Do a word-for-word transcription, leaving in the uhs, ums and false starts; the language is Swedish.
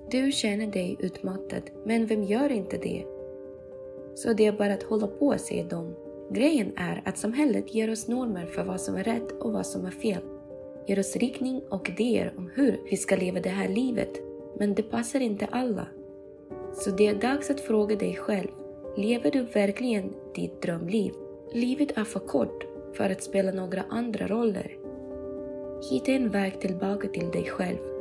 Du känner dig utmattad, men vem gör inte det? Så det är bara att hålla på och se dem. Grejen är att samhället ger oss normer för vad som är rätt och vad som är fel. Ger oss riktning och idéer om hur vi ska leva det här livet. Men det passar inte alla. Så det är dags att fråga dig själv. Lever du verkligen ditt drömliv? Livet är för kort för att spela några andra roller. Hitta en väg tillbaka till dig själv.